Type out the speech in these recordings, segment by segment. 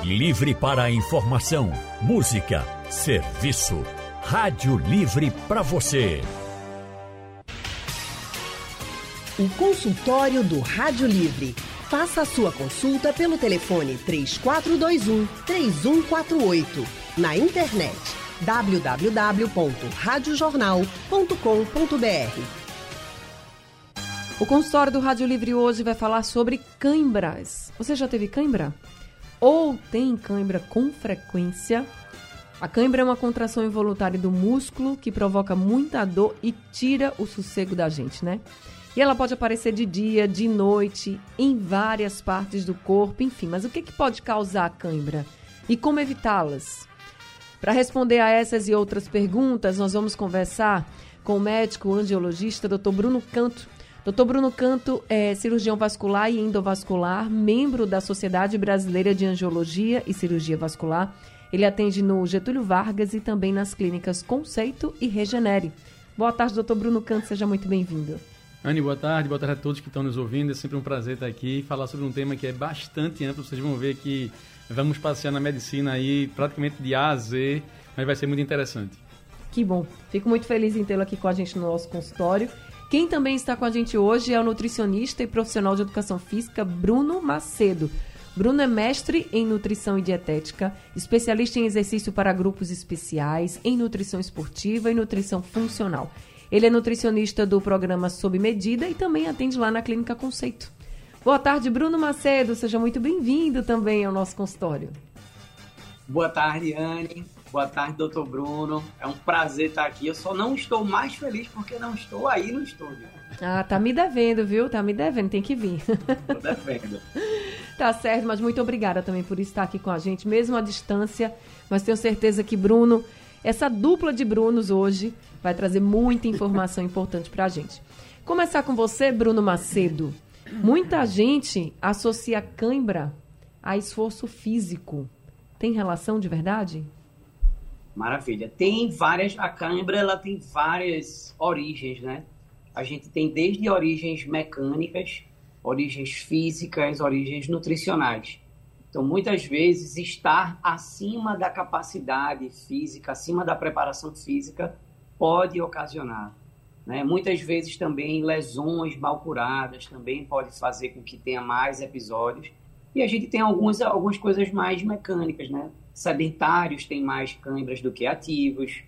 Livre para a informação, música, serviço. Rádio Livre para você. O consultório do Rádio Livre. Faça a sua consulta pelo telefone 3421-3148. Na internet www.radiojornal.com.br. O consultório do Rádio Livre hoje vai falar sobre cãibras. Você já teve cãibra? Ou tem cãibra com frequência? A cãibra é uma contração involuntária do músculo que provoca muita dor e tira o sossego da gente, né? E ela pode aparecer de dia, de noite, em várias partes do corpo, enfim. Mas o que pode causar a cãibra? E como evitá-las? Para responder a essas e outras perguntas, nós vamos conversar com o médico angiologista Dr. Bruno Canto. Dr. Bruno Canto é cirurgião vascular e endovascular, membro da Sociedade Brasileira de Angiologia e Cirurgia Vascular. Ele atende no Getúlio Vargas e também nas clínicas Conceito e Regenere. Boa tarde, Dr. Bruno Canto, seja muito bem-vindo. Anny, boa tarde a todos que estão nos ouvindo. É sempre um prazer estar aqui e falar sobre um tema que é bastante amplo. Vocês vão ver que vamos passear na medicina aí praticamente de A a Z, mas vai ser muito interessante. Que bom. Fico muito feliz em tê-lo aqui com a gente no nosso consultório. Quem também está com a gente hoje é o nutricionista e profissional de educação física Bruno Macedo. Bruno é mestre em nutrição e dietética, especialista em exercício para grupos especiais, em nutrição esportiva e nutrição funcional. Ele é nutricionista do programa Sob Medida e também atende lá na Clínica Conceito. Boa tarde, Bruno Macedo. Seja muito bem-vindo também ao nosso consultório. Boa tarde, Anny. Boa tarde, doutor Bruno. É um prazer estar aqui. Eu só não estou mais feliz porque não estou aí no estúdio. Ah, tá me devendo, viu? Tá me devendo, tem que vir. Tô devendo. Tá certo, mas muito obrigada também por estar aqui com a gente, mesmo à distância. Mas tenho certeza que Bruno, essa dupla de Brunos hoje, vai trazer muita informação importante pra gente. Começar com você, Bruno Macedo. Muita gente associa cãibra a esforço físico. Tem relação de verdade? Maravilha. A cãibra, ela tem várias origens, né? A gente tem desde origens mecânicas, origens físicas, origens nutricionais. Então, muitas vezes, estar acima da capacidade física, acima da preparação física, pode ocasionar, né? Muitas vezes também lesões mal curadas também pode fazer com que tenha mais episódios. E a gente tem algumas coisas mais mecânicas, né? Sedentários têm mais cãibras do que ativos.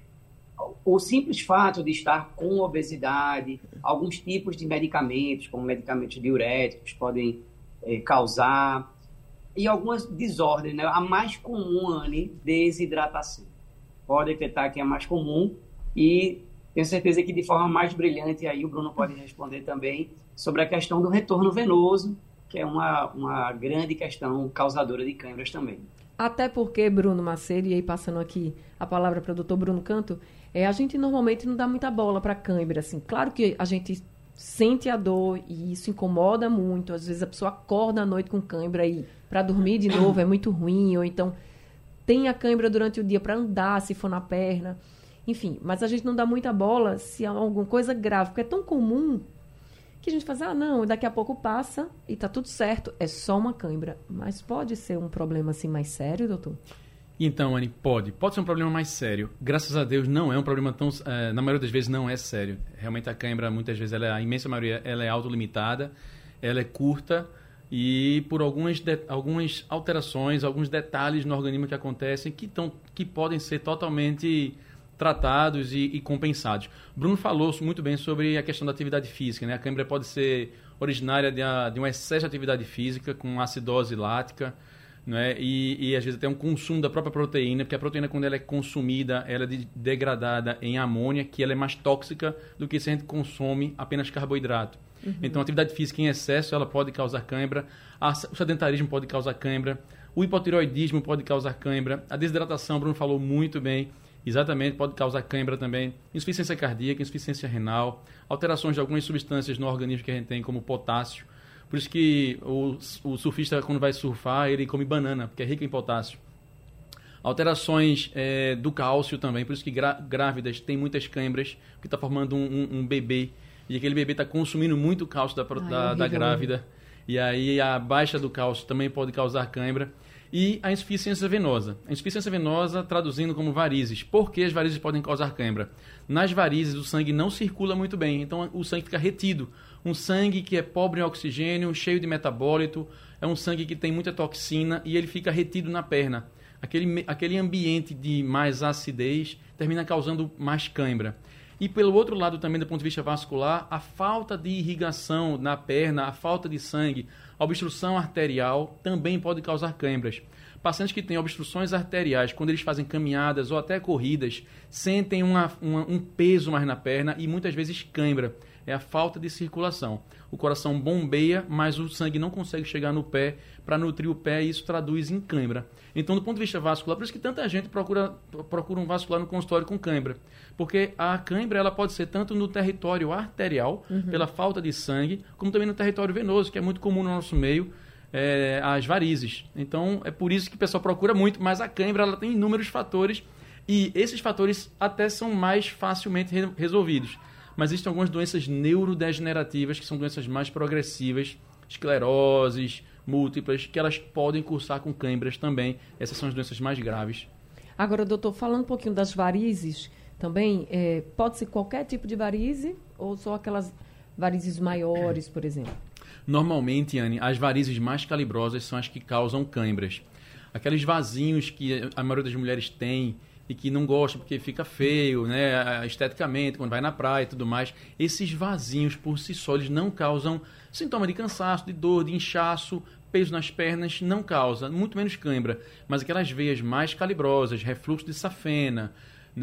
O simples fato de estar com obesidade, alguns tipos de medicamentos, como medicamentos diuréticos, podem causar. E algumas desordens, né? A mais comum, Anny, desidratação. Pode detectar que é a mais comum e tenho certeza que de forma mais brilhante, aí o Bruno pode responder também, sobre a questão do retorno venoso, que é uma grande questão causadora de cãibras também. Até porque, Bruno Macedo, e aí passando aqui a palavra para o doutor Bruno Canto, a gente normalmente não dá muita bola para cãibra, assim. Claro que a gente sente a dor e isso incomoda muito. Às vezes a pessoa acorda à noite com cãibra e para dormir de novo é muito ruim, ou então tem a cãibra durante o dia para andar, se for na perna. Enfim, mas a gente não dá muita bola se há alguma coisa grave, porque é tão comum que a gente faz, não, daqui a pouco passa e tá tudo certo, é só uma cãibra. Mas pode ser um problema assim mais sério, doutor? Então, Anny, pode ser um problema mais sério. Graças a Deus não é um problema tão, na maioria das vezes não é sério. Realmente a cãibra, muitas vezes, a imensa maioria, ela é autolimitada, ela é curta e por algumas alterações, alguns detalhes no organismo que acontecem que podem ser totalmente tratados e compensados. Bruno falou muito bem sobre a questão da atividade física, né? A cãibra pode ser originária de um excesso de atividade física com acidose lática, né? E às vezes até um consumo da própria proteína, porque a proteína, quando ela é consumida, ela é degradada em amônia, que ela é mais tóxica do que se a gente consome apenas carboidrato. Uhum. Então, a atividade física em excesso, ela pode causar cãibra, o sedentarismo pode causar cãibra, o hipotireoidismo pode causar cãibra, a desidratação, Bruno falou muito bem, exatamente, pode causar cãibra também, insuficiência cardíaca, insuficiência renal, alterações de algumas substâncias no organismo que a gente tem, como potássio. Por isso que o surfista, quando vai surfar, ele come banana, porque é rica em potássio. Alterações do cálcio também, por isso que grávidas têm muitas cãibras, porque está formando um bebê, e aquele bebê está consumindo muito cálcio da grávida, e aí a baixa do cálcio também pode causar cãibra. E a insuficiência venosa. A insuficiência venosa, traduzindo como varizes. Por que as varizes podem causar cãibra? Nas varizes, o sangue não circula muito bem, então o sangue fica retido. Um sangue que é pobre em oxigênio, cheio de metabólito, é um sangue que tem muita toxina e ele fica retido na perna. Aquele ambiente de mais acidez termina causando mais cãibra. E pelo outro lado também, do ponto de vista vascular, a falta de irrigação na perna, a falta de sangue, a obstrução arterial também pode causar cãibras. Pacientes que têm obstruções arteriais, quando eles fazem caminhadas ou até corridas, sentem um peso mais na perna e muitas vezes cãibra. É a falta de circulação. O coração bombeia, mas o sangue não consegue chegar no pé para nutrir o pé e isso traduz em cãibra. Então, do ponto de vista vascular, por isso que tanta gente procura um vascular no consultório com cãibra. Porque a cãibra ela pode ser tanto no território arterial, pela falta de sangue, como também no território venoso, que é muito comum no nosso meio, as varizes. Então, é por isso que o pessoal procura muito, mas a cãibra ela tem inúmeros fatores e esses fatores até são mais facilmente resolvidos. Mas existem algumas doenças neurodegenerativas, que são doenças mais progressivas, escleroses, múltiplas, que elas podem cursar com cãibras também. Essas são as doenças mais graves. Agora, doutor, falando um pouquinho das varizes, também pode ser qualquer tipo de varize ou só aquelas varizes maiores, por exemplo? Normalmente, Anne, as varizes mais calibrosas são as que causam cãibras. Aqueles vasinhos que a maioria das mulheres tem e que não gosta porque fica feio, né, esteticamente, quando vai na praia e tudo mais. Esses vasinhos, por si só, eles não causam sintoma de cansaço, de dor, de inchaço, peso nas pernas, não causa, muito menos cãibra. Mas aquelas veias mais calibrosas, refluxo de safena,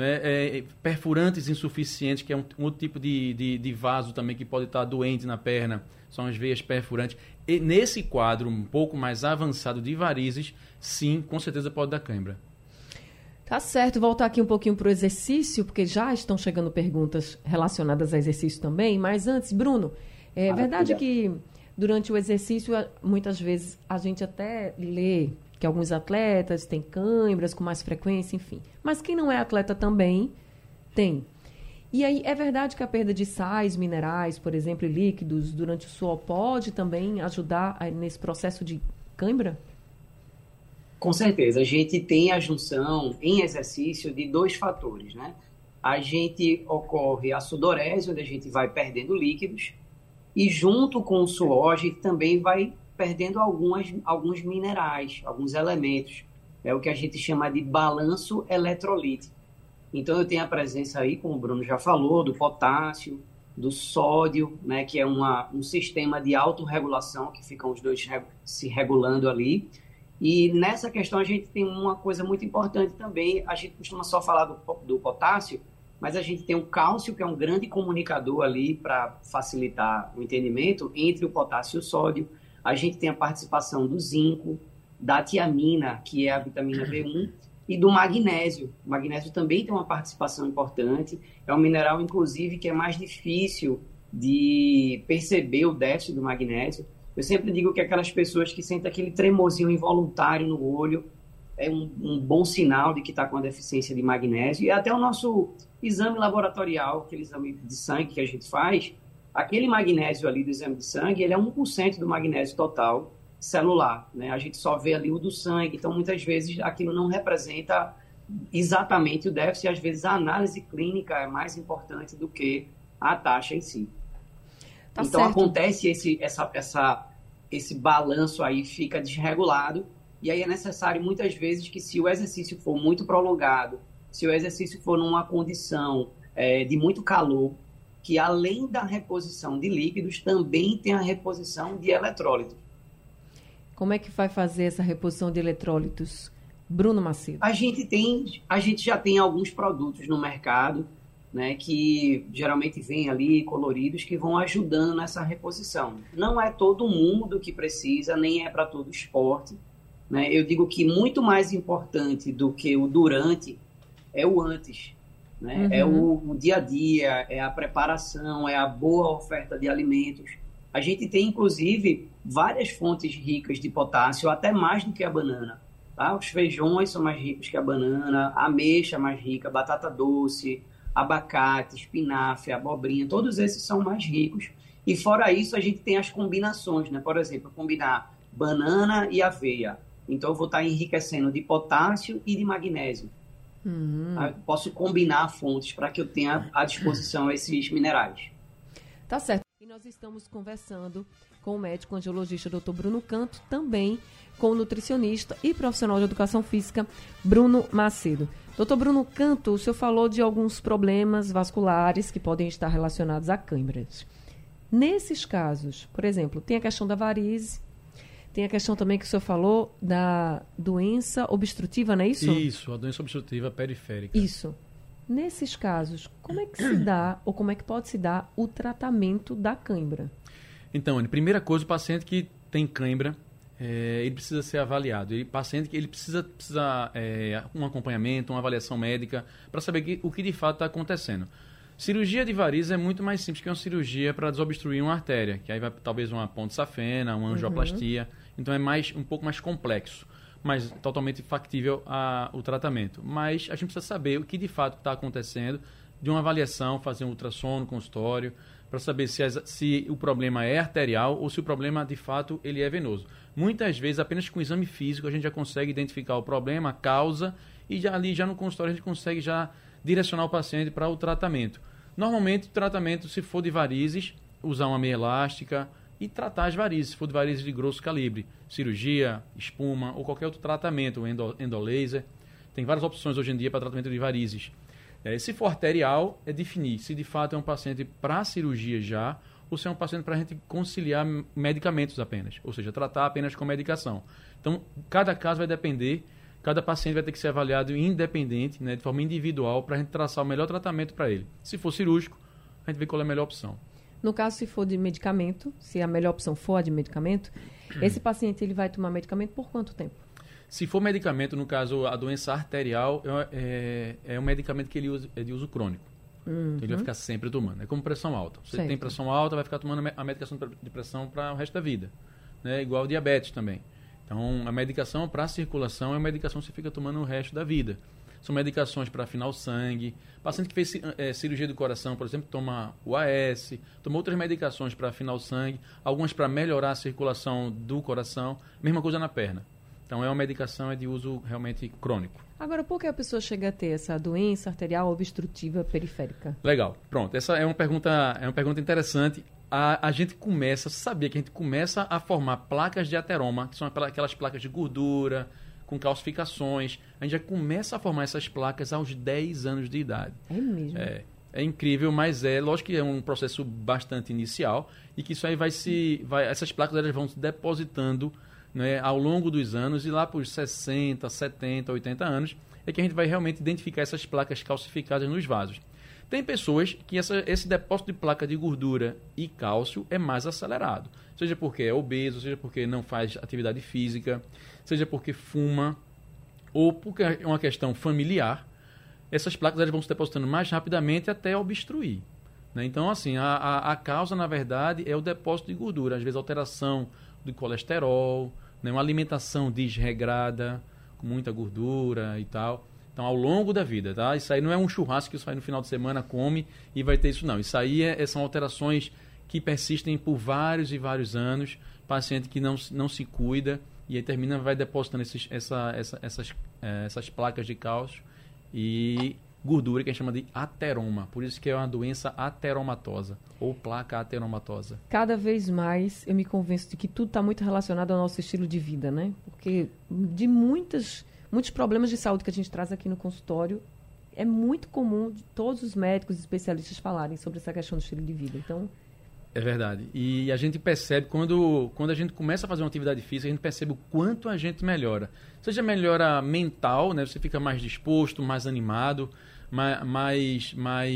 né, perfurantes insuficientes, que é um outro tipo de vaso também que pode estar doente na perna, são as veias perfurantes. E nesse quadro um pouco mais avançado de varizes, sim, com certeza pode dar cãibra. Tá certo, voltar aqui um pouquinho para o exercício, porque já estão chegando perguntas relacionadas a exercício também, mas antes, Bruno, é verdade que durante o exercício, muitas vezes, a gente até lê que alguns atletas têm cãibras com mais frequência, enfim. Mas quem não é atleta também tem. E aí, é verdade que a perda de sais, minerais, por exemplo, e líquidos durante o suor pode também ajudar nesse processo de cãibra? Com certeza, a gente tem a junção em exercício de dois fatores, né? Ocorre a sudorese, onde a gente vai perdendo líquidos, e junto com o suor, a gente também vai perdendo alguns minerais, alguns elementos. É o que a gente chama de balanço eletrolítico. Então, eu tenho a presença aí, como o Bruno já falou, do potássio, do sódio, né, que é um sistema de autorregulação, que ficam os dois se regulando ali. E nessa questão a gente tem uma coisa muito importante também. A gente costuma só falar do potássio, mas a gente tem o cálcio, que é um grande comunicador ali para facilitar o entendimento entre o potássio e o sódio. A gente tem a participação do zinco, da tiamina, que é a vitamina B1, e do magnésio. O magnésio também tem uma participação importante. É um mineral, inclusive, que é mais difícil de perceber o déficit do magnésio. Eu sempre digo que aquelas pessoas que sentem aquele tremorzinho involuntário no olho é um bom sinal de que está com a deficiência de magnésio. E até o nosso exame laboratorial, aquele exame de sangue que a gente faz, aquele magnésio ali do exame de sangue, ele é 1% do magnésio total celular, né? A gente só vê ali o do sangue, então muitas vezes aquilo não representa exatamente o déficit, às vezes a análise clínica é mais importante do que a taxa em si. Tá então certo. Acontece esse balanço aí, fica desregulado, e aí é necessário muitas vezes que, se o exercício for muito prolongado, se o exercício for numa condição de muito calor, que além da reposição de líquidos, também tem a reposição de eletrólitos. Como é que vai fazer essa reposição de eletrólitos, Bruno Macedo? A gente já tem alguns produtos no mercado, né, que geralmente vêm ali coloridos, que vão ajudando nessa reposição. Não é todo mundo que precisa, nem é para todo esporte, né? Eu digo que muito mais importante do que o durante é o antes, né? Uhum. É o dia a dia, é a preparação, é a boa oferta de alimentos. A gente tem, inclusive, várias fontes ricas de potássio, até mais do que a banana. Tá? Os feijões são mais ricos que a banana, a ameixa é mais rica, batata doce, abacate, espinafre, abobrinha, todos esses são mais ricos. E fora isso, a gente tem as combinações, né? Por exemplo, combinar banana e aveia, Então, eu vou estar enriquecendo de potássio e de magnésio. Eu posso combinar fontes para que eu tenha à disposição esses minerais. Tá certo. E nós estamos conversando com o médico angiologista Dr. Bruno Canto, também com o nutricionista e profissional de educação física Bruno Macedo. Dr. Bruno Canto, o senhor falou de alguns problemas vasculares que podem estar relacionados a câimbras. Nesses casos, por exemplo, tem a questão da varize, tem a questão também que o senhor falou da doença obstrutiva, não é isso? Isso, a doença obstrutiva periférica. Isso. Nesses casos, como é que se dá, ou como é que pode se dar o tratamento da cãibra? Então, Anny, primeira coisa, o paciente que tem cãibra, ele precisa ser avaliado. O paciente ele precisa um acompanhamento, uma avaliação médica, para saber o que de fato está acontecendo. Cirurgia de varize é muito mais simples que uma cirurgia para desobstruir uma artéria, que aí vai talvez uma ponte safena, uma angioplastia. Então é um pouco mais complexo, mas totalmente factível o tratamento. Mas a gente precisa saber o que de fato está acontecendo, de uma avaliação, fazer um ultrassom no consultório, para saber se o problema é arterial ou se o problema de fato ele é venoso. Muitas vezes, apenas com o exame físico, a gente já consegue identificar o problema, a causa, e já no consultório a gente consegue já direcionar o paciente para o tratamento. Normalmente, o tratamento, se for de varizes, usar uma meia elástica e tratar as varizes, se for de varizes de grosso calibre, cirurgia, espuma ou qualquer outro tratamento, endolaser. Tem várias opções hoje em dia para tratamento de varizes. Se for arterial, é definir se de fato é um paciente para cirurgia já ou se é um paciente para a gente conciliar medicamentos apenas, ou seja, tratar apenas com medicação. Então, cada caso vai depender, cada paciente vai ter que ser avaliado independente, né, de forma individual, para a gente traçar o melhor tratamento para ele. Se for cirúrgico, a gente vê qual é a melhor opção. No caso, se for de medicamento, se a melhor opção for a de medicamento, esse paciente ele vai tomar medicamento por quanto tempo? Se for medicamento, no caso, a doença arterial, é um medicamento que ele é de uso crônico. Então, ele vai ficar sempre tomando. É como pressão alta. Você tem pressão alta, vai ficar tomando a medicação de pressão para o resto da vida. Né? Igual diabetes também. Então, a medicação para a circulação é uma medicação que você fica tomando o resto da vida. São medicações para afinar o sangue. O paciente que fez cirurgia do coração, por exemplo, toma UAS, toma outras medicações para afinar o sangue, algumas para melhorar a circulação do coração. Mesma coisa na perna. Então, é uma medicação de uso realmente crônico. Agora, por que a pessoa chega a ter essa doença arterial obstrutiva periférica? Legal. Pronto. Essa é uma pergunta interessante. A gente sabia que a gente começa a formar placas de ateroma, que são aquelas placas de gordura, com calcificações. A gente já começa a formar essas placas aos 10 anos de idade. É mesmo? É incrível, mas lógico que é um processo bastante inicial e que isso aí essas placas elas vão se depositando, né, ao longo dos anos, e lá por 60, 70, 80 anos é que a gente vai realmente identificar essas placas calcificadas nos vasos. Tem pessoas que esse depósito de placa de gordura e cálcio é mais acelerado, seja porque é obeso, seja porque não faz atividade física, seja porque fuma, ou porque é uma questão familiar. Essas placas elas vão se depositando mais rapidamente até obstruir. Né? Então, assim, a causa, na verdade, é o depósito de gordura, às vezes alteração do colesterol, né? Uma alimentação desregrada, com muita gordura e tal. Então, ao longo da vida, tá? Isso aí não é um churrasco que você vai no final de semana, come e vai ter isso, não. Isso aí são alterações que persistem por vários e vários anos. Paciente que não se cuida e aí vai depositando essas placas de cálcio e gordura, que a gente chama de ateroma. Por isso que é uma doença ateromatosa ou placa ateromatosa. Cada vez mais eu me convenço de que tudo está muito relacionado ao nosso estilo de vida, né? Porque de muitos problemas de saúde que a gente traz aqui no consultório, é muito comum de todos os médicos e especialistas falarem sobre essa questão do estilo de vida. Então, é verdade. E a gente percebe, quando a gente começa a fazer uma atividade física, a gente percebe o quanto a gente melhora. Seja melhora mental, né? Você fica mais disposto, mais animado, mais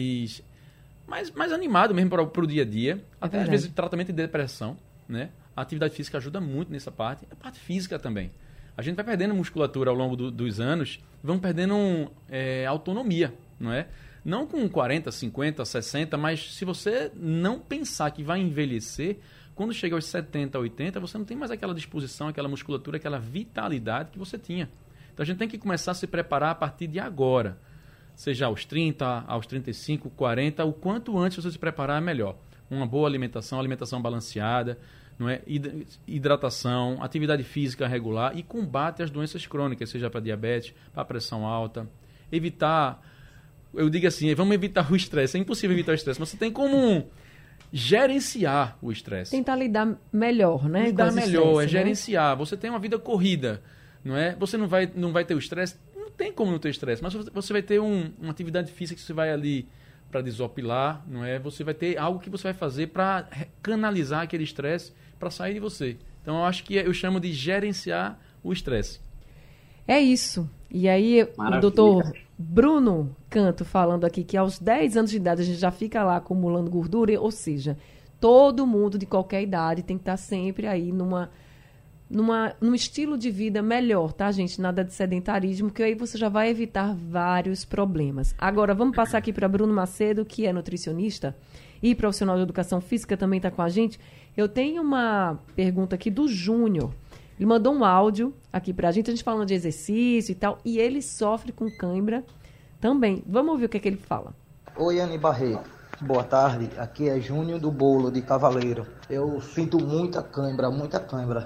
animado mesmo para o dia a dia. Até às vezes tratamento de depressão, né? A atividade física ajuda muito nessa parte. A parte física também. A gente vai perdendo musculatura ao longo dos anos, vamos perdendo autonomia, não é? Não com 40, 50, 60, mas se você não pensar que vai envelhecer, quando chega aos 70, 80, você não tem mais aquela disposição, aquela musculatura, aquela vitalidade que você tinha. Então a gente tem que começar a se preparar a partir de agora. Seja aos 30, aos 35, 40, o quanto antes você se preparar é melhor. Uma boa alimentação balanceada, não é? Hidratação, atividade física regular e combate às doenças crônicas, seja para diabetes, para pressão alta. Evitar, eu digo assim, vamos evitar o estresse. É impossível evitar o estresse, mas você tem como gerenciar o estresse. Tentar lidar melhor, né? Lidar melhor, né? gerenciar. Você tem uma vida corrida, não é? Você não vai ter o estresse, não tem como não ter estresse, mas você vai ter uma atividade física que você vai ali para desopilar, não é? Você vai ter algo que você vai fazer para canalizar aquele estresse para sair de você. Então eu acho que eu chamo de gerenciar o estresse. É isso. E aí Maravilha. O doutor Bruno Canto falando aqui que aos 10 anos de idade a gente já fica lá acumulando gordura, ou seja, todo mundo de qualquer idade tem que estar sempre aí num estilo de vida melhor, tá, gente? Nada de sedentarismo, que aí você já vai evitar vários problemas. Agora, vamos passar aqui para Bruno Macedo, que é nutricionista e profissional de educação física, também está com a gente. Eu tenho uma pergunta aqui do Júnior. Ele mandou um áudio aqui para a gente falando de exercício e tal, e ele sofre com cãibra também. Vamos ouvir o que é que ele fala. Oi, Anny Barreto. Boa tarde. Aqui é Júnior do Bolo, de Cavaleiro. Eu sinto muita cãibra, muita cãibra.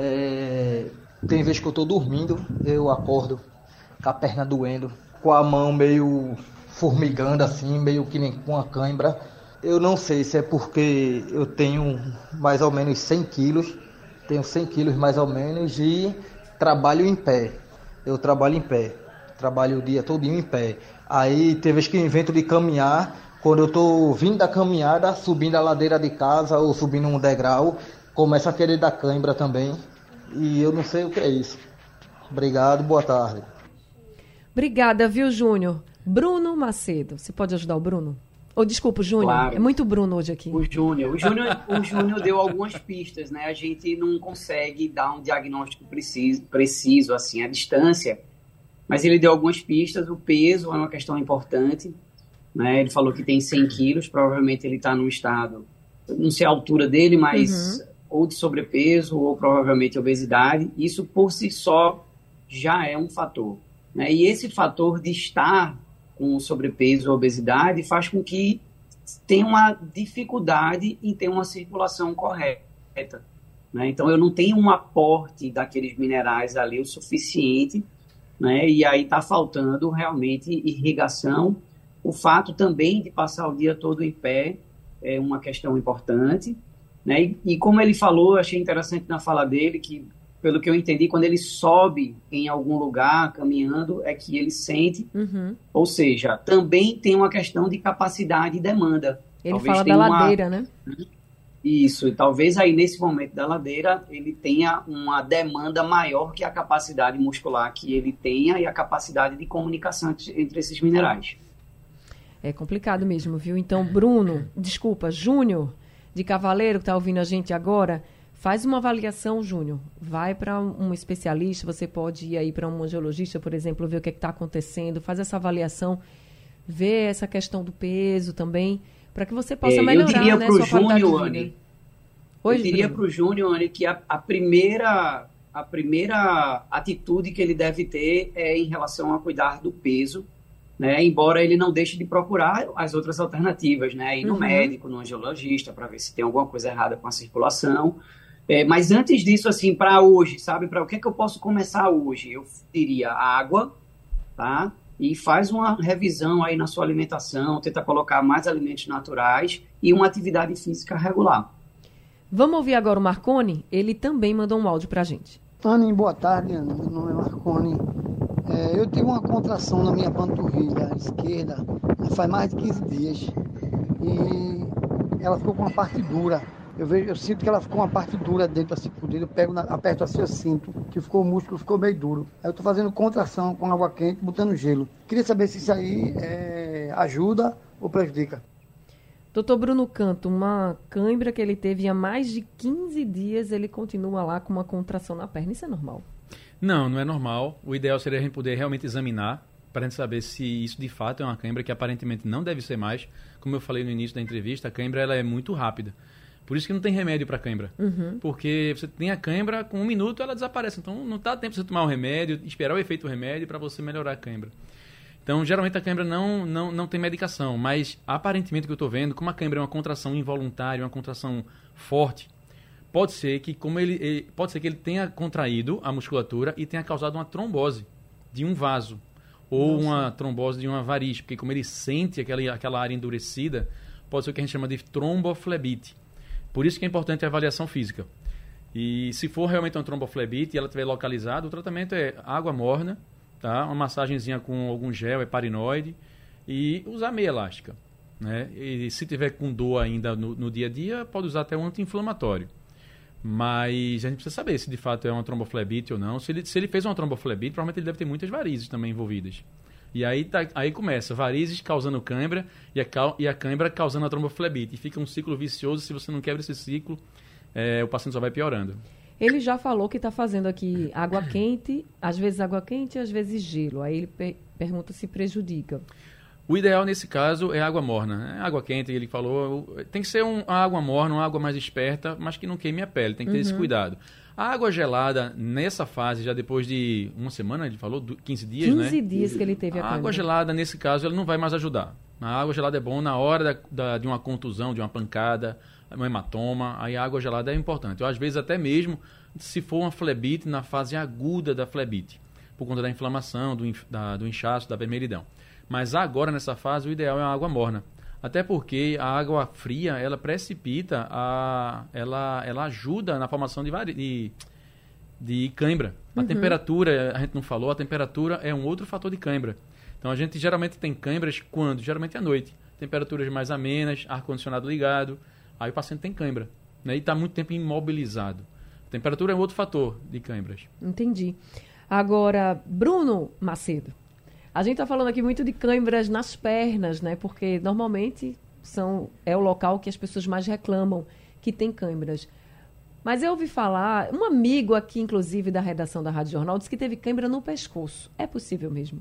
Tem vezes que eu tô dormindo, eu acordo com a perna doendo, com a mão meio formigando assim, meio que nem com a cãibra. Eu não sei se é porque eu tenho mais ou menos 100 quilos, tenho 100 quilos mais ou menos e trabalho em pé. Eu trabalho em pé, trabalho o dia todinho em pé. Aí tem vezes que eu invento de caminhar, quando eu tô vindo da caminhada, subindo a ladeira de casa ou subindo um degrau, começa a querer dar cãibra também. E eu não sei o que é isso. Obrigado, boa tarde. Obrigada, viu, Júnior? Bruno Macedo. Você pode ajudar o Bruno? Desculpa, o Júnior. Claro. É muito Bruno hoje aqui. O Júnior deu algumas pistas, né? A gente não consegue dar um diagnóstico preciso assim, à distância. Mas ele deu algumas pistas. O peso é uma questão importante, né? Ele falou que tem 100 quilos. Provavelmente ele está num estado, não sei a altura dele, mas ou de sobrepeso ou provavelmente obesidade. Isso por si só já é um fator, né? E esse fator de estar com sobrepeso ou obesidade faz com que tenha uma dificuldade em ter uma circulação correta, né? Então eu não tenho um aporte daqueles minerais ali o suficiente, né? E aí está faltando realmente irrigação. O fato também de passar o dia todo em pé é uma questão importante, né? E como ele falou, eu achei interessante na fala dele que, pelo que eu entendi, quando ele sobe em algum lugar, caminhando, é que ele sente. Ou seja, também tem uma questão de capacidade e demanda. Ele Talvez fala da ladeira, né? Isso, e talvez aí nesse momento da ladeira ele tenha uma demanda maior que a capacidade muscular que ele tenha e a capacidade de comunicação entre esses minerais. É complicado mesmo, viu? Então, Júnior de Cavaleiro, que está ouvindo a gente agora, faz uma avaliação, Júnior. Vai para um especialista, você pode ir aí para um angiologista, por exemplo, ver o que está acontecendo, faz essa avaliação, ver essa questão do peso também, para que você possa melhorar, né, sua qualidade de vida. Eu diria para o Júnior, Anny, que a primeira atitude que ele deve ter é em relação a cuidar do peso, né? Embora ele não deixe de procurar as outras alternativas, né? Ir no médico, no angiologista, para ver se tem alguma coisa errada com a circulação. Mas antes disso, assim, para hoje, sabe? Para o que eu posso começar hoje? Eu diria água, tá? E faz uma revisão aí na sua alimentação, tenta colocar mais alimentos naturais e uma atividade física regular. Vamos ouvir agora o Marconi? Ele também mandou um áudio para a gente. Anny, boa tarde, Anny. Meu nome é Marconi. Eu tive uma contração na minha panturrilha esquerda faz mais de 15 dias e ela ficou com uma parte dura. Eu sinto que ela ficou uma parte dura dentro da cintura. Eu pego, aperto assim, eu sinto que o músculo ficou meio duro. Aí eu tô fazendo contração com água quente, botando gelo. Queria saber se isso aí ajuda ou prejudica. Doutor Bruno Canto, uma cãibra que ele teve há mais de 15 dias, ele continua lá com uma contração na perna. Isso é normal? Não é normal. O ideal seria a gente poder realmente examinar para a gente saber se isso de fato é uma cãibra, que aparentemente não deve ser mais. Como eu falei no início da entrevista, a cãibra ela é muito rápida. Por isso que não tem remédio para cãibra. Porque você tem a cãibra, com 1 minuto ela desaparece. Então não dá tempo de você tomar o remédio, esperar o efeito do remédio para você melhorar a cãibra. Então, geralmente a cãibra não tem medicação, mas aparentemente o que eu estou vendo, como a cãibra é uma contração involuntária, uma contração forte, pode ser que pode ser que ele tenha contraído a musculatura e tenha causado uma trombose de um vaso ou uma trombose de uma varizes, porque como ele sente aquela área endurecida, pode ser o que a gente chama de tromboflebite. Por isso que é importante a avaliação física. E se for realmente uma tromboflebite e ela estiver localizada, o tratamento é água morna, tá? Uma massagenzinha com algum gel heparinoide e usar meia elástica, né? E se tiver com dor ainda no dia a dia, pode usar até um anti-inflamatório. Mas a gente precisa saber se de fato é uma tromboflebite ou não. Se ele fez uma tromboflebite, provavelmente ele deve ter muitas varizes também envolvidas. E aí começa, varizes causando cãibra e a cãibra causando a tromboflebite. E fica um ciclo vicioso. Se você não quebra esse ciclo, o paciente só vai piorando. Ele já falou que está fazendo aqui água quente, às vezes gelo. Aí ele pergunta se prejudica. O ideal nesse caso é água morna, né? Água quente, ele falou, tem que ser uma água morna, uma água mais esperta, mas que não queime a pele, tem que ter esse cuidado. A água gelada, nessa fase, já depois de uma semana, ele falou, 15 dias, né? 15 dias que ele teve a cãibra. A água gelada, nesse caso, ela não vai mais ajudar. A água gelada é bom na hora de uma contusão, de uma pancada, um hematoma, aí a água gelada é importante. Ou às vezes até mesmo, se for uma flebite, na fase aguda da flebite, por conta da inflamação, do inchaço, da vermelhidão. Mas agora, nessa fase, o ideal é a água morna. Até porque a água fria, ela precipita, ela ajuda na formação de cãibra. A temperatura, a gente não falou, a temperatura é um outro fator de cãibra. Então, a gente geralmente tem cãibras quando? Geralmente à noite. Temperaturas mais amenas, ar-condicionado ligado, aí o paciente tem cãibra, né? E está muito tempo imobilizado. A temperatura é um outro fator de cãibras. Entendi. Agora, Bruno Macedo, a gente está falando aqui muito de cãibras nas pernas, né? Porque normalmente é o local que as pessoas mais reclamam que tem cãibras. Mas eu ouvi falar, um amigo aqui, inclusive, da redação da Rádio Jornal, disse que teve cãibra no pescoço. É possível mesmo?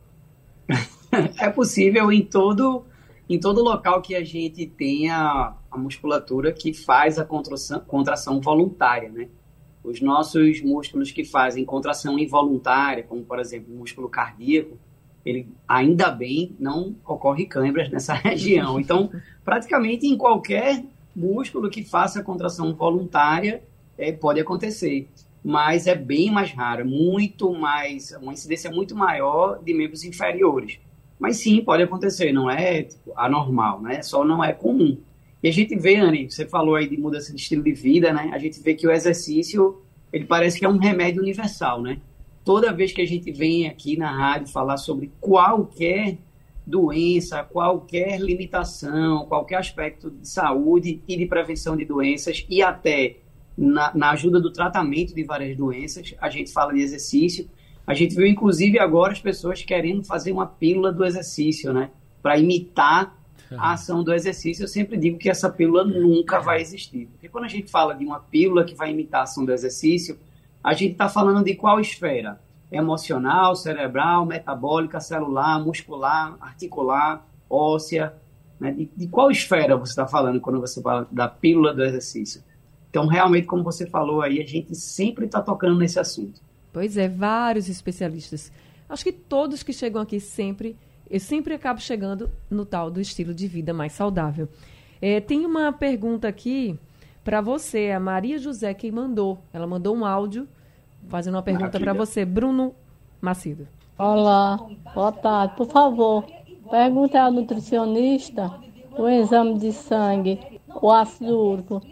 É possível em todo local que a gente tenha a musculatura que faz a contração voluntária, né? Os nossos músculos que fazem contração involuntária, como, por exemplo, o músculo cardíaco, ele, ainda bem, não ocorre cãibras nessa região. Então, praticamente em qualquer músculo que faça contração voluntária, pode acontecer. Mas é bem mais raro, muito mais, uma incidência muito maior de membros inferiores. Mas sim, pode acontecer, não é anormal, né? Só não é comum. E a gente vê, Anny, você falou aí de mudança de estilo de vida, né? A gente vê que o exercício, ele parece que é um remédio universal, né? Toda vez que a gente vem aqui na rádio falar sobre qualquer doença, qualquer limitação, qualquer aspecto de saúde e de prevenção de doenças e até na ajuda do tratamento de várias doenças, a gente fala de exercício. A gente viu, inclusive, agora as pessoas querendo fazer uma pílula do exercício, né? Para imitar a ação do exercício. Eu sempre digo que essa pílula nunca vai existir. Porque quando a gente fala de uma pílula que vai imitar a ação do exercício, a gente está falando de qual esfera? Emocional, cerebral, metabólica, celular, muscular, articular, óssea. Né? De qual esfera você está falando quando você fala da pílula do exercício? Então, realmente, como você falou aí, a gente sempre está tocando nesse assunto. Pois é, vários especialistas. Acho que todos que chegam aqui eu sempre acabo chegando no tal do estilo de vida mais saudável. Tem uma pergunta aqui para você, a Maria José, quem mandou. Ela mandou um áudio fazendo uma pergunta para você, Bruno Macedo. Olá, boa tarde. Por favor, pergunte ao nutricionista o exame de sangue, o ácido úrico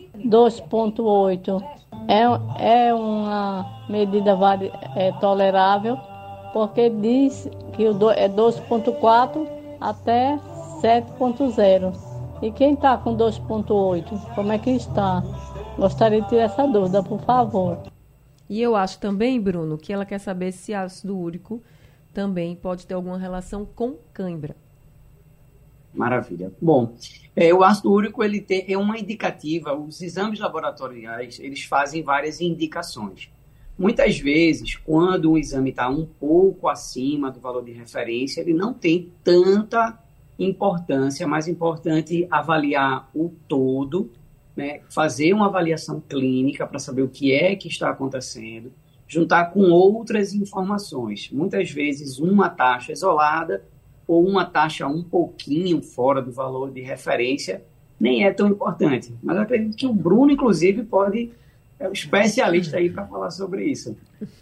2,8. É uma medida tolerável, porque diz que é 2,4 até 7,0. E quem está com 2,8, como é que está? Gostaria de ter essa dúvida, por favor. E eu acho também, Bruno, que ela quer saber se ácido úrico também pode ter alguma relação com cãibra. Maravilha. Bom, o ácido úrico ele é uma indicativa. Os exames laboratoriais, eles fazem várias indicações. Muitas vezes, quando o exame está um pouco acima do valor de referência, ele não tem tanta importância, mais importante avaliar o todo, né? Fazer uma avaliação clínica para saber o que é que está acontecendo, juntar com outras informações. Muitas vezes uma taxa isolada ou uma taxa um pouquinho fora do valor de referência nem é tão importante. Mas eu acredito que o Bruno, inclusive, pode é o especialista aí para falar sobre isso.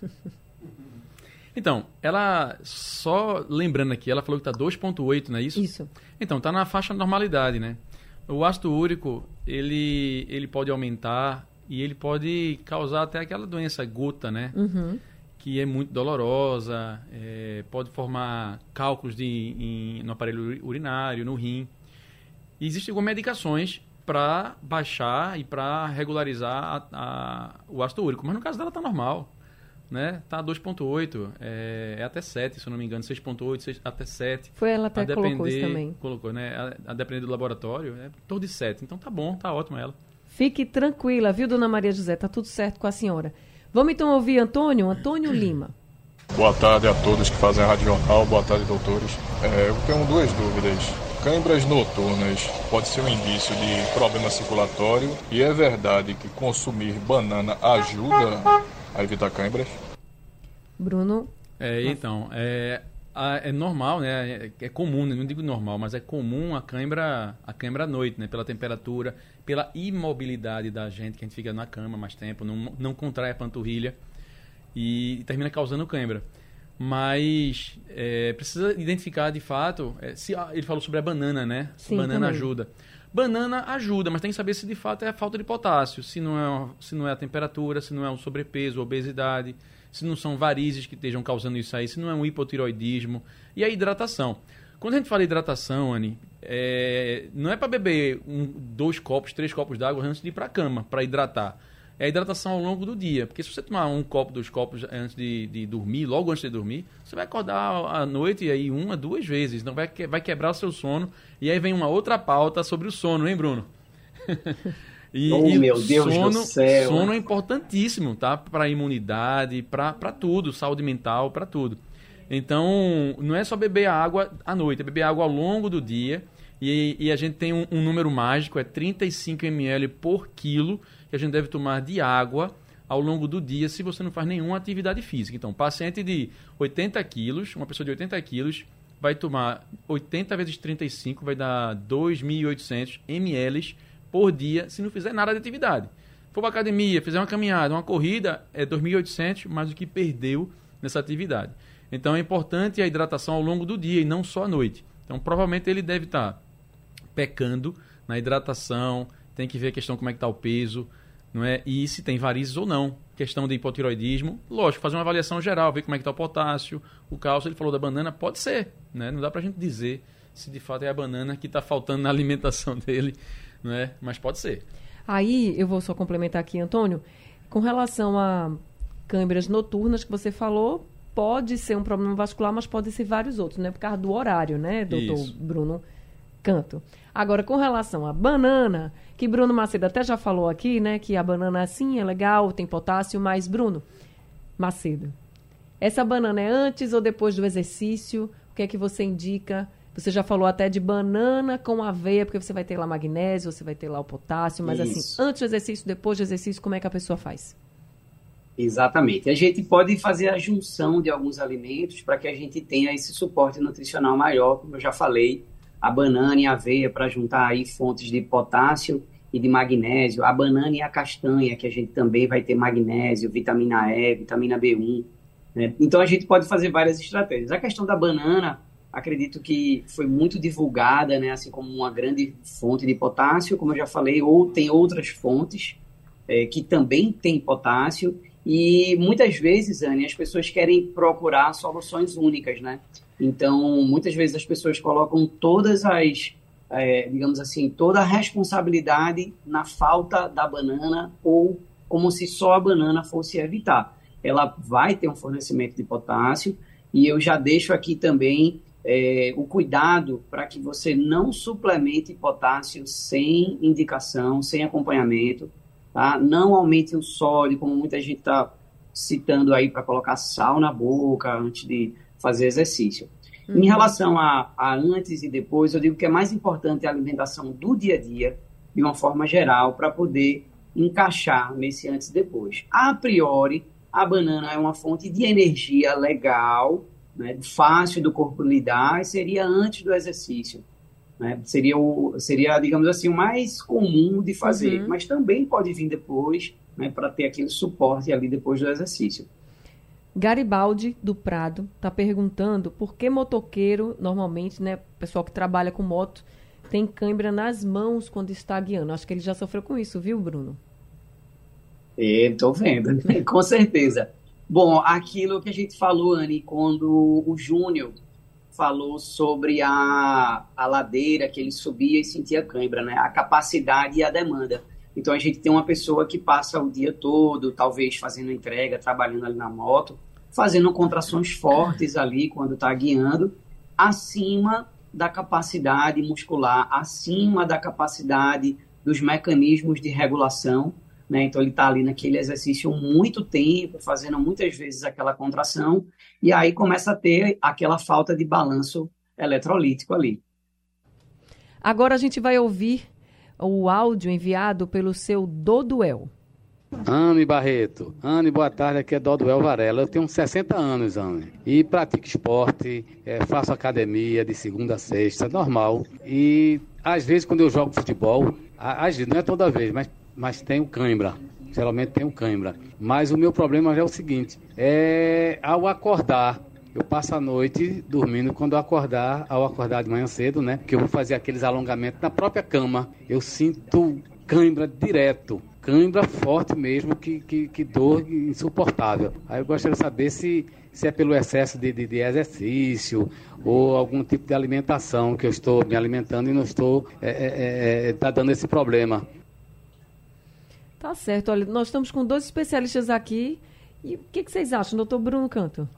Então, ela, só lembrando aqui, ela falou que está 2,8, não é isso? Isso. Então, está na faixa de normalidade, né? O ácido úrico, ele pode aumentar e ele pode causar até aquela doença gota, né? Uhum. Que é muito dolorosa, pode formar cálculos no aparelho urinário, no rim. E existem algumas medicações para baixar e para regularizar o ácido úrico, mas no caso dela está normal, né? Tá 2,8, é até 7, se eu não me engano, 6,8, até 7. Foi ela até colocou isso também. Colocou, né? A depender do laboratório, é em torno de 7. Então tá bom, tá ótimo ela. Fique tranquila, viu, dona Maria José? Tá tudo certo com a senhora. Vamos então ouvir Antônio Lima. Boa tarde a todos que fazem a Rádio Jornal. Boa tarde, doutores. Eu tenho duas dúvidas. Câimbras noturnas pode ser um indício de problema circulatório e é verdade que consumir banana ajuda a evitar câimbras? Bruno? Então, é normal, né? É comum, não digo normal, mas é comum a câimbra à noite, né? Pela temperatura, pela imobilidade da gente, que a gente fica na cama mais tempo, não contrai a panturrilha e termina causando câimbra. Mas precisa identificar de fato, ele falou sobre a banana, né? Sim, banana também. ajuda. Banana ajuda, mas tem que saber se de fato é a falta de potássio, se não é a temperatura, se não é o sobrepeso, obesidade, se não são varizes que estejam causando isso aí, se não é um hipotiroidismo. E a hidratação. Quando a gente fala hidratação, Anny, não é para beber 2 copos, 3 copos d'água antes de ir para a cama, para hidratar. É a hidratação ao longo do dia. Porque se você tomar 1 copo, 2 copos antes de dormir, logo antes de dormir, você vai acordar à noite e aí 1 a 2 vezes. Então vai quebrar o seu sono. E aí vem uma outra pauta sobre o sono, hein, Bruno? Meu Deus do céu. Sono é importantíssimo, tá? Para a imunidade, para tudo, saúde mental, para tudo. Então, não é só beber água à noite, é beber água ao longo do dia. E a gente tem um número mágico, é 35 ml por quilo que a gente deve tomar de água ao longo do dia se você não faz nenhuma atividade física. Então, paciente de 80 quilos, uma pessoa de 80 quilos, vai tomar 80 vezes 35, vai dar 2.800 ml por dia se não fizer nada de atividade. For para academia, fizer uma caminhada, uma corrida, é 2.800 mais do que perdeu nessa atividade. Então é importante a hidratação ao longo do dia e não só à noite. Então provavelmente ele deve estar pecando na hidratação, tem que ver a questão como é que está o peso, não é? E se tem varizes ou não. Questão de hipotiroidismo, lógico, fazer uma avaliação geral, ver como é que está o potássio, o cálcio. Ele falou da banana, pode ser, né? Não dá pra gente dizer se de fato é a banana que está faltando na alimentação dele, não é? Mas pode ser. Aí, eu vou só complementar aqui, Antônio, com relação a câimbras noturnas que você falou, pode ser um problema vascular, mas pode ser vários outros, né? Por causa do horário, né, doutor Isso. Bruno Canto. Agora, com relação à banana, que Bruno Macedo até já falou aqui, né, que a banana, sim, é legal, tem potássio, mas, Bruno Macedo, essa banana é antes ou depois do exercício? O que é que você indica? Você já falou até de banana com aveia, porque você vai ter lá magnésio, você vai ter lá o potássio, mas Isso. assim, antes do exercício, depois do exercício, como é que a pessoa faz? Exatamente. A gente pode fazer a junção de alguns alimentos para que a gente tenha esse suporte nutricional maior, como eu já falei, a banana e a aveia para juntar aí fontes de potássio e de magnésio, a banana e a castanha, que a gente também vai ter magnésio, vitamina E, vitamina B1, né? Então a gente pode fazer várias estratégias. A questão da banana, acredito que foi muito divulgada, né, assim como uma grande fonte de potássio, como eu já falei, ou tem outras fontes que também têm potássio, e muitas vezes, Anny, as pessoas querem procurar soluções únicas, né? Então, muitas vezes as pessoas colocam todas as, digamos assim, toda a responsabilidade na falta da banana, ou como se só a banana fosse evitar. Ela vai ter um fornecimento de potássio, e eu já deixo aqui também o cuidado para que você não suplemente potássio sem indicação, sem acompanhamento, tá? Não aumente o sódio, como muita gente está citando aí, para colocar sal na boca antes de fazer exercício. Em relação a antes e depois, eu digo que é mais importante a alimentação do dia a dia, de uma forma geral, para poder encaixar nesse antes e depois. A priori, a banana é uma fonte de energia legal, né, fácil do corpo lidar, e seria antes do exercício, né? Seria, digamos assim, o mais comum de fazer, mas também pode vir depois, né, para ter aquele suporte ali depois do exercício. Garibaldi do Prado está perguntando por que motoqueiro, normalmente, né, pessoal que trabalha com moto, tem cãibra nas mãos quando está guiando. Acho que ele já sofreu com isso, viu, Bruno? Estou vendo, com certeza. Bom, aquilo que a gente falou, Anny, quando o Júnior falou sobre a ladeira, que ele subia e sentia cãibra, né? A capacidade e a demanda. Então, a gente tem uma pessoa que passa o dia todo, talvez fazendo entrega, trabalhando ali na moto, fazendo contrações fortes ali quando está guiando, acima da capacidade muscular, acima da capacidade dos mecanismos de regulação, né? Então, ele está ali naquele exercício muito tempo, fazendo muitas vezes aquela contração, e aí começa a ter aquela falta de balanço eletrolítico ali. Agora a gente vai ouvir o áudio enviado pelo seu Doduel. Anny Barreto. Anny, boa tarde, aqui é Doduel Varela. Eu tenho 60 anos, Anny, e pratico esporte, faço academia de segunda a sexta, normal. E às vezes quando eu jogo futebol, às vezes, não é toda vez, mas tenho cãibra. Geralmente tenho cãibra. Mas o meu problema é o seguinte, ao acordar, eu passo a noite dormindo, ao acordar de manhã cedo, né, que eu vou fazer aqueles alongamentos na própria cama, eu sinto cãibra direto. Cãibra forte mesmo, que dor insuportável. Aí eu gostaria de saber se é pelo excesso de exercício ou algum tipo de alimentação, que eu estou me alimentando e não estou tá dando esse problema. Tá certo. Olha, nós estamos com 2 especialistas aqui. E o que vocês acham, doutor Bruno Canto?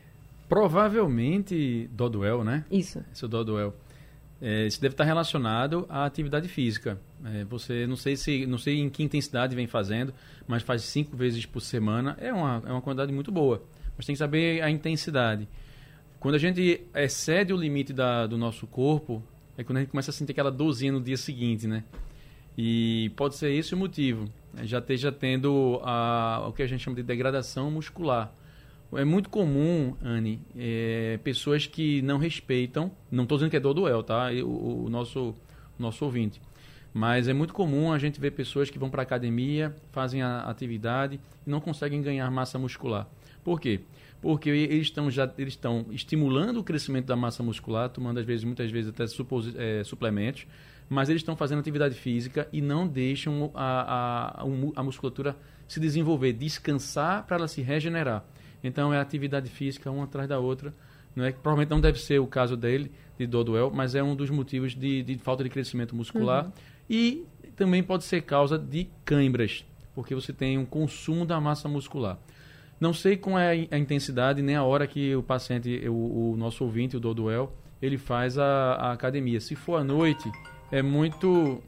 Provavelmente Doduel, né? Isso. Esse é o Doduel. Isso deve estar relacionado à atividade física. Você, não sei em que intensidade vem fazendo, mas faz 5 vezes por semana. É uma quantidade muito boa. Mas tem que saber a intensidade. Quando a gente excede o limite do nosso corpo, é quando a gente começa a sentir aquela dorzinha no dia seguinte, né? E pode ser esse o motivo. Já esteja tendo o que a gente chama de degradação muscular. É muito comum, Anny, pessoas que não respeitam, não estou dizendo que é Doduel, tá? O nosso ouvinte. Mas é muito comum a gente ver pessoas que vão para a academia, fazem a atividade e não conseguem ganhar massa muscular. Por quê? Porque eles estão estimulando o crescimento da massa muscular, tomando muitas vezes até suplementos, mas eles estão fazendo atividade física e não deixam a musculatura se desenvolver, descansar para ela se regenerar. Então, é atividade física uma atrás da outra. Provavelmente não deve ser o caso dele, de Doduel, mas é um dos motivos de falta de crescimento muscular. Uhum. E também pode ser causa de cãibras, porque você tem um consumo da massa muscular. Não sei qual é a intensidade nem a hora que o paciente, o nosso ouvinte, o Doduel, ele faz a academia. Se for à noite, é muito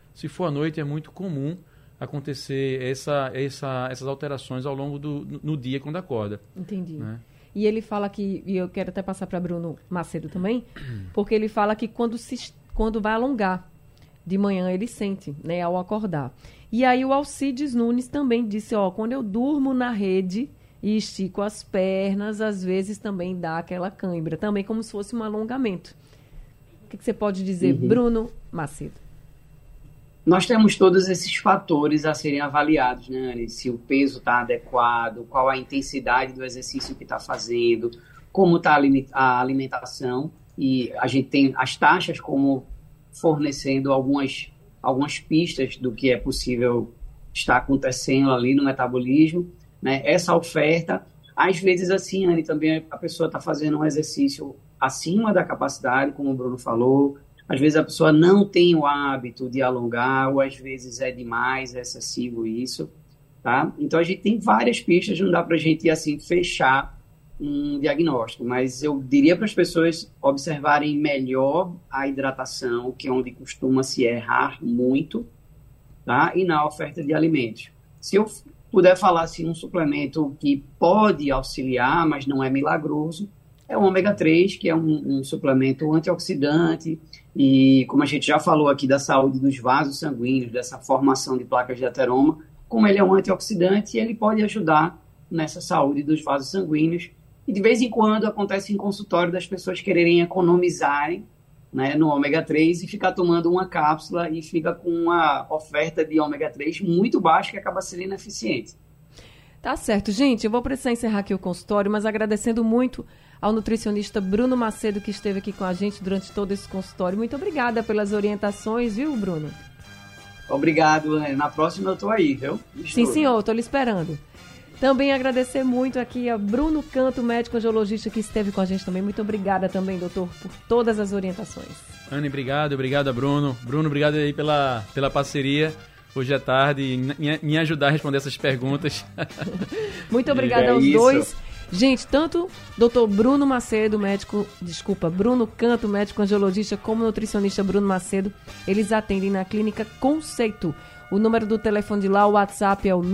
comum acontecer essas alterações ao longo no dia quando acorda. Entendi. Né? E ele fala que, e eu quero até passar para Bruno Macedo também, porque ele fala que quando vai alongar de manhã ele sente, né, ao acordar. E aí o Alcides Nunes também disse, quando eu durmo na rede e estico as pernas, às vezes também dá aquela cãibra, também como se fosse um alongamento. O que você pode dizer, Bruno Macedo? Nós temos todos esses fatores a serem avaliados, né, Anny? Se o peso está adequado, qual a intensidade do exercício que está fazendo, como está a alimentação. E a gente tem as taxas como fornecendo algumas pistas do que é possível estar acontecendo ali no metabolismo, né? Essa oferta, às vezes assim, Anny, também a pessoa está fazendo um exercício acima da capacidade, como o Bruno falou. Às vezes a pessoa não tem o hábito de alongar, ou às vezes é demais, é excessivo isso, tá? Então a gente tem várias pistas, não dá para a gente assim fechar um diagnóstico, mas eu diria para as pessoas observarem melhor a hidratação, que é onde costuma se errar muito, tá? E na oferta de alimentos. Se eu puder falar assim, um suplemento que pode auxiliar, mas não é milagroso, é o ômega 3, que é um suplemento antioxidante, e como a gente já falou aqui da saúde dos vasos sanguíneos, dessa formação de placas de ateroma, como ele é um antioxidante, ele pode ajudar nessa saúde dos vasos sanguíneos. E de vez em quando acontece em consultório das pessoas quererem economizarem né, no ômega 3 e ficar tomando uma cápsula e fica com uma oferta de ômega 3 muito baixa que acaba sendo ineficiente. Tá certo, gente. Eu vou precisar encerrar aqui o consultório, mas agradecendo muito ao nutricionista Bruno Macedo, que esteve aqui com a gente durante todo esse consultório. Muito obrigada pelas orientações, viu, Bruno? Obrigado. Na próxima eu estou aí, viu? Sim, senhor. Estou lhe esperando. Também agradecer muito aqui a Bruno Canto, médico angiologista, que esteve com a gente também. Muito obrigada também, doutor, por todas as orientações. Anne, obrigado a Bruno. Bruno, obrigado aí pela parceria hoje à tarde e me ajudar a responder essas perguntas. Muito obrigada aos dois. Gente, tanto doutor Bruno Macedo, Bruno Canto, médico angiologista, como nutricionista Bruno Macedo, eles atendem na Clínica Conceito. O número do telefone de lá, o WhatsApp é o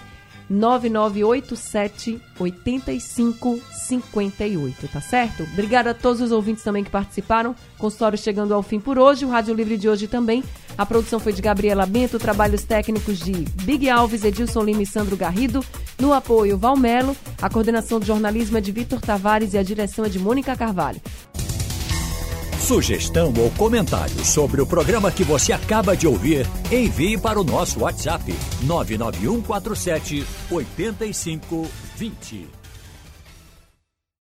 99987-8558, tá certo? Obrigada a todos os ouvintes também que participaram. Consultório chegando ao fim por hoje, o Rádio Livre de hoje também. A produção foi de Gabriela Bento, trabalhos técnicos de Big Alves, Edilson Lima e Sandro Garrido. No apoio, Valmelo. A coordenação de jornalismo é de Vitor Tavares e a direção é de Mônica Carvalho. Sugestão ou comentário sobre o programa que você acaba de ouvir, envie para o nosso WhatsApp 99147 8520.